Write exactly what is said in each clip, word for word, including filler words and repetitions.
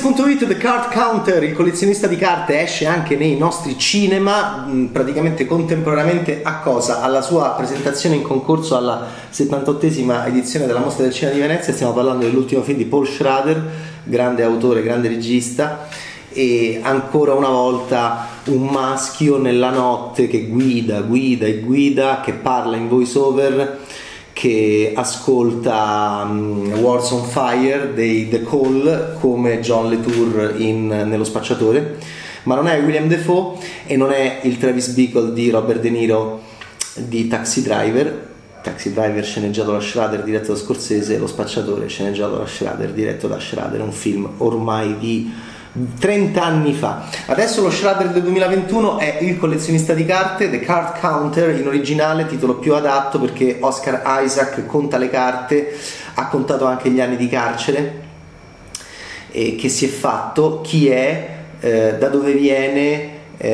punto it, The Card Counter, il collezionista di carte, esce anche nei nostri cinema, mh, praticamente contemporaneamente a cosa? Alla sua presentazione in concorso alla settantottesima edizione della Mostra del Cinema di Venezia. Stiamo parlando dell'ultimo film di Paul Schrader, grande autore, grande regista, e ancora una volta un maschio nella notte che guida, guida e guida, che parla in voice over, che ascolta um, Wars on Fire dei The Call come John Latour in, nello Spacciatore, ma non è William Dafoe e non è il Travis Bickle di Robert De Niro di Taxi Driver. Taxi Driver sceneggiato da Schrader, diretto da Scorsese, Lo Spacciatore sceneggiato da Schrader, diretto da Schrader, un film ormai di trenta anni fa. Adesso lo Schrader del duemilaventuno è Il collezionista di carte, The Card Counter in originale, titolo più adatto perché Oscar Isaac conta le carte, ha contato anche gli anni di carcere eh, che si è fatto, chi è, eh, da dove viene,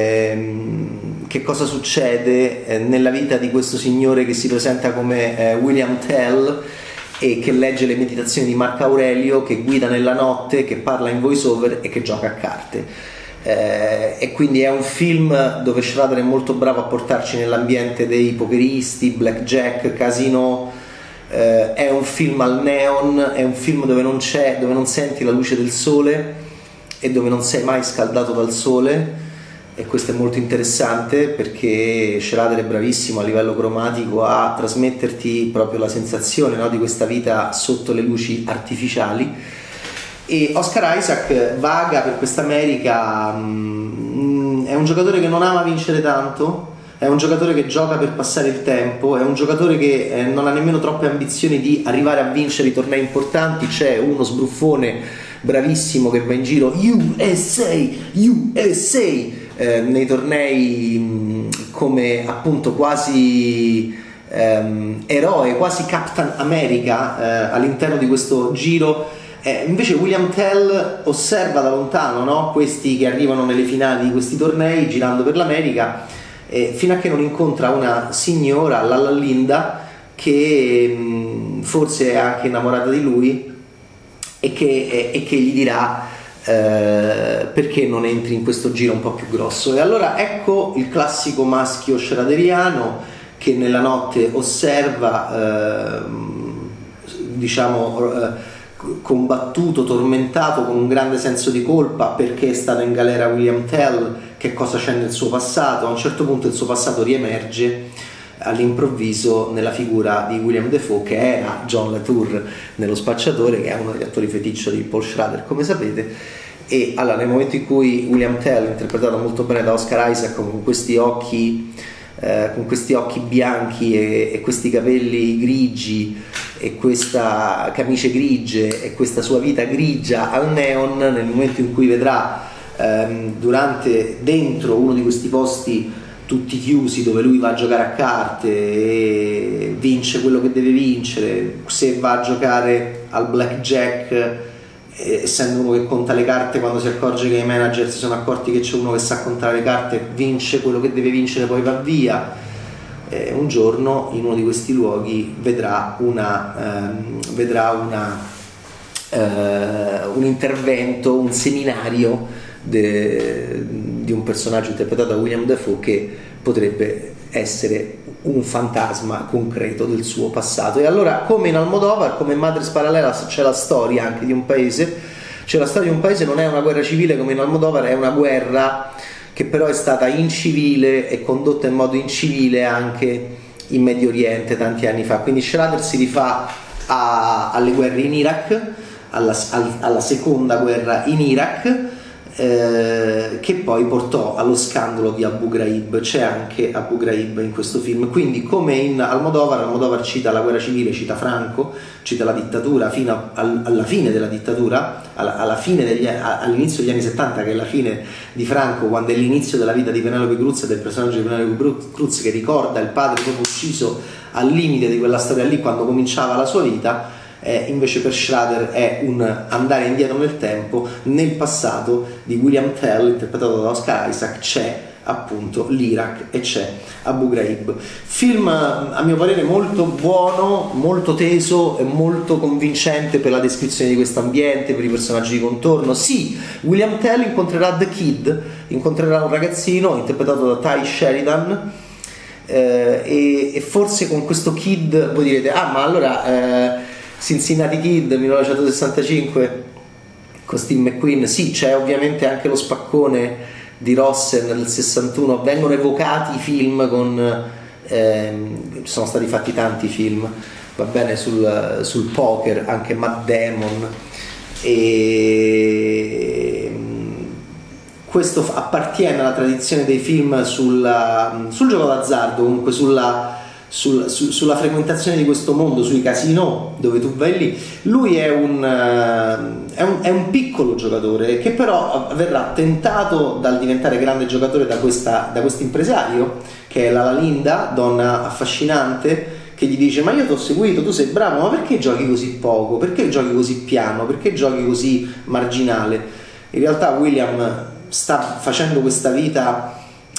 ehm, che cosa succede eh, nella vita di questo signore che si presenta come eh, William Tell e che legge le meditazioni di Marco Aurelio, che guida nella notte, che parla in voice over e che gioca a carte. Eh, e quindi è un film dove Schrader è molto bravo a portarci nell'ambiente dei pokeristi, blackjack, casino. Eh, è un film al neon, è un film dove non c'è, dove non senti la luce del sole e dove non sei mai scaldato dal sole. E questo è molto interessante perché Schrader è bravissimo a livello cromatico a trasmetterti proprio la sensazione, no, di questa vita sotto le luci artificiali. E Oscar Isaac vaga per questa America, mm, è un giocatore che non ama vincere tanto, è un giocatore che gioca per passare il tempo, è un giocatore che eh, non ha nemmeno troppe ambizioni di arrivare a vincere i tornei importanti. C'è uno sbruffone bravissimo che va in giro U S A, U S A Eh, nei tornei mh, come appunto quasi ehm, eroe, quasi Captain America eh, all'interno di questo giro. Eh, invece William Tell osserva da lontano, no, questi che arrivano nelle finali di questi tornei girando per l'America, eh, fino a che non incontra una signora, Lalla Linda, che mh, forse è anche innamorata di lui e che, e, e che gli dirà Eh, perché non entri in questo giro un po' più grosso. E allora ecco il classico maschio schraderiano che nella notte osserva, eh, diciamo eh, combattuto, tormentato, con un grande senso di colpa perché è stato in galera William Tell, che cosa c'è nel suo passato. A un certo punto il suo passato riemerge all'improvviso nella figura di William Dafoe, che era John Latour nello Spacciatore, che è uno degli attori feticcio di Paul Schrader, come sapete. E allora nel momento in cui William Tell, interpretato molto bene da Oscar Isaac, con questi occhi eh, con questi occhi bianchi e, e questi capelli grigi e questa camicie grigie e questa sua vita grigia al neon, nel momento in cui vedrà ehm, durante dentro uno di questi posti tutti chiusi dove lui va a giocare a carte e vince quello che deve vincere, se va a giocare al blackjack, essendo uno che conta le carte, quando si accorge che i manager si sono accorti che c'è uno che sa contare le carte, vince quello che deve vincere, poi va via. Eh, un giorno in uno di questi luoghi vedrà una ehm, vedrà una eh, un intervento, un seminario De, di un personaggio interpretato da William Dafoe che potrebbe essere un fantasma concreto del suo passato. E allora, come in Almodovar, come in Madres Paralelas, c'è la storia anche di un paese, c'è la storia di un paese, non è una guerra civile come in Almodovar, è una guerra che però è stata incivile e condotta in modo incivile anche in Medio Oriente tanti anni fa. Quindi Schrader si rifà a, alle guerre in Iraq, alla, alla seconda guerra in Iraq, Eh, che poi portò allo scandalo di Abu Ghraib. C'è anche Abu Ghraib in questo film. Quindi, come in Almodovar, Almodovar cita la guerra civile, cita Franco, cita la dittatura fino al, alla fine della dittatura, alla, alla fine degli, all'inizio degli anni settanta, che è la fine di Franco, quando è l'inizio della vita di Penelope Cruz, del personaggio di Penelope Cruz che ricorda il padre proprio ucciso al limite di quella storia lì, quando cominciava la sua vita. Eh, invece per Schrader è un andare indietro nel tempo. Nel passato di William Tell, interpretato da Oscar Isaac, c'è appunto l'Iraq e c'è Abu Ghraib. Film a mio parere molto buono, molto teso e molto convincente per la descrizione di questo ambiente, per i personaggi di contorno. Sì, William Tell incontrerà The Kid, incontrerà un ragazzino interpretato da Ty Sheridan, eh, e, e forse con questo Kid voi direte ah ma allora eh, Cincinnati Kid millenovecentosessantacinque con Steve McQueen, sì, c'è ovviamente anche lo spaccone di Rossen del sessantuno, vengono evocati i film con ehm, sono stati fatti tanti film, va bene, sul, sul poker, anche Matt Damon, e questo appartiene alla tradizione dei film sulla, sul gioco d'azzardo, comunque sulla Sul, su, sulla frequentazione di questo mondo, sui casino dove tu vai lì. Lui è un, uh, è un, è un piccolo giocatore che però verrà tentato dal diventare grande giocatore da questa da questo impresario che è la Linda, donna affascinante, che gli dice ma io ti ho seguito, tu sei bravo, ma perché giochi così poco, perché giochi così piano, perché giochi così marginale? In realtà William sta facendo questa vita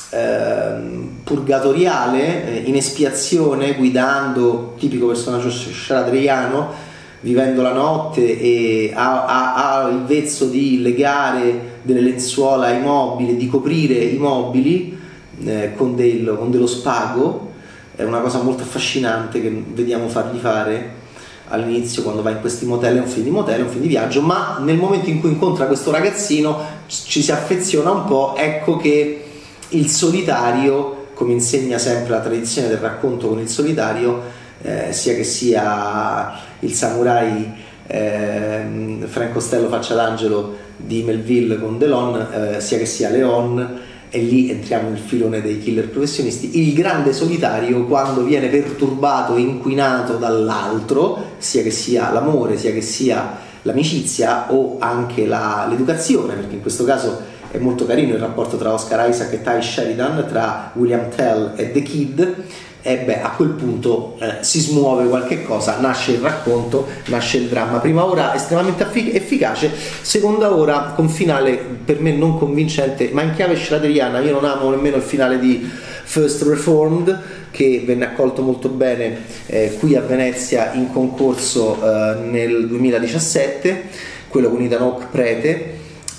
purgatoriale, in espiazione, guidando, tipico personaggio schraderiano, vivendo la notte, e ha, ha, ha il vezzo di legare delle lenzuola ai mobili, di coprire i mobili eh, con, del, con dello spago. È una cosa molto affascinante che vediamo fargli fare all'inizio quando va in questi motel. È un film di motel, è un film di viaggio, ma nel momento in cui incontra questo ragazzino ci si affeziona un po'. Ecco che il solitario, come insegna sempre la tradizione del racconto con il solitario, eh, sia che sia il samurai eh, Frank Costello Faccia d'Angelo di Melville con Delon, eh, sia che sia Leon, e lì entriamo nel filone dei killer professionisti, il grande solitario quando viene perturbato e inquinato dall'altro, sia che sia l'amore, sia che sia l'amicizia o anche la, l'educazione, perché in questo caso è molto carino il rapporto tra Oscar Isaac e Ty Sheridan, tra William Tell e The Kid, e beh, a quel punto eh, si smuove qualche cosa, nasce il racconto, nasce il dramma. Prima ora estremamente affic- efficace, seconda ora con finale per me non convincente, ma in chiave schraderiana. Io non amo nemmeno il finale di First Reformed, che venne accolto molto bene eh, qui a Venezia in concorso eh, nel duemiladiciassette, quello con Ethan Hawke prete.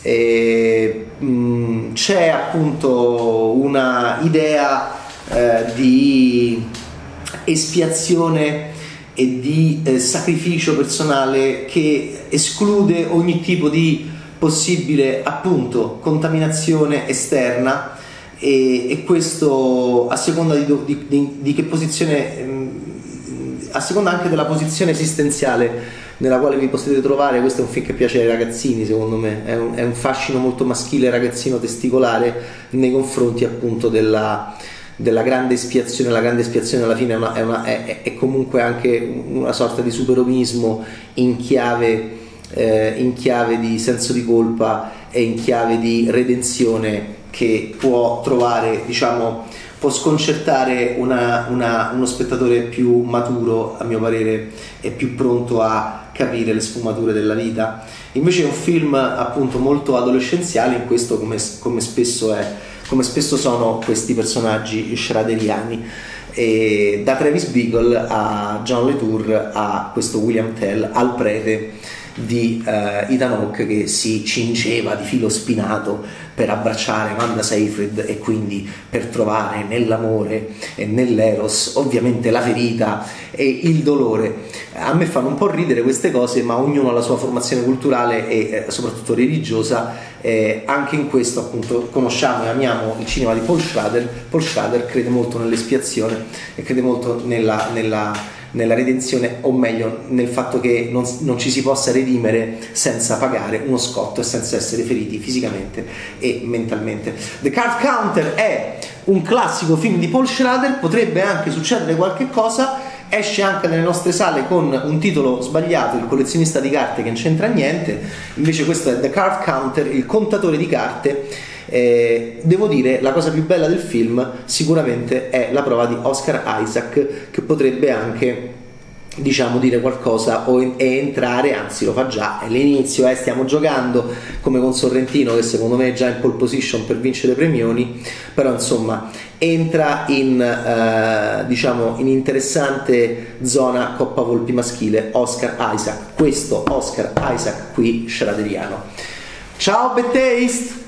E, mh, c'è appunto una idea eh, di espiazione e di eh, sacrificio personale che esclude ogni tipo di possibile appunto contaminazione esterna, e, e questo a seconda di, di, di, di che posizione mh, a seconda anche della posizione esistenziale nella quale vi potete trovare. Questo è un film che piace ai ragazzini, secondo me è un, è un fascino molto maschile, ragazzino testicolare nei confronti appunto della, della grande espiazione. La grande espiazione alla fine è, una, è, una, è, è comunque anche una sorta di superomismo in chiave, eh, in chiave di senso di colpa e in chiave di redenzione, che può trovare, diciamo, può sconcertare una, una, uno spettatore più maturo, a mio parere, e più pronto a capire le sfumature della vita. Invece è un film appunto molto adolescenziale in questo, come, come spesso è, come spesso sono questi personaggi schraderiani, e da Travis Bickle a John Latour a questo William Tell al prete di uh, Ethan Hawke, che si cingeva di filo spinato per abbracciare Amanda Seyfried e quindi per trovare nell'amore e nell'eros ovviamente la ferita e il dolore. A me fanno un po' ridere queste cose, ma ognuno ha la sua formazione culturale e eh, soprattutto religiosa. Eh, anche in questo appunto conosciamo e amiamo il cinema di Paul Schrader. Paul Schrader crede molto nell'espiazione e crede molto nella, nella nella redenzione, o meglio nel fatto che non, non ci si possa redimere senza pagare uno scotto e senza essere feriti fisicamente e mentalmente. The Card Counter è un classico film di Paul Schrader, potrebbe anche succedere qualche cosa, esce anche nelle nostre sale con un titolo sbagliato, Il collezionista di carte, che non c'entra niente. Invece questo è The Card Counter, il contatore di carte. Eh, devo dire, la cosa più bella del film sicuramente è la prova di Oscar Isaac, che potrebbe anche diciamo dire qualcosa o e entrare, anzi lo fa già, è l'inizio, eh, stiamo giocando come con Sorrentino che secondo me è già in pole position per vincere premioni, però insomma entra in eh, diciamo in interessante zona Coppa Volpi maschile Oscar Isaac, questo Oscar Isaac qui schraderiano. Ciao Bad Taste!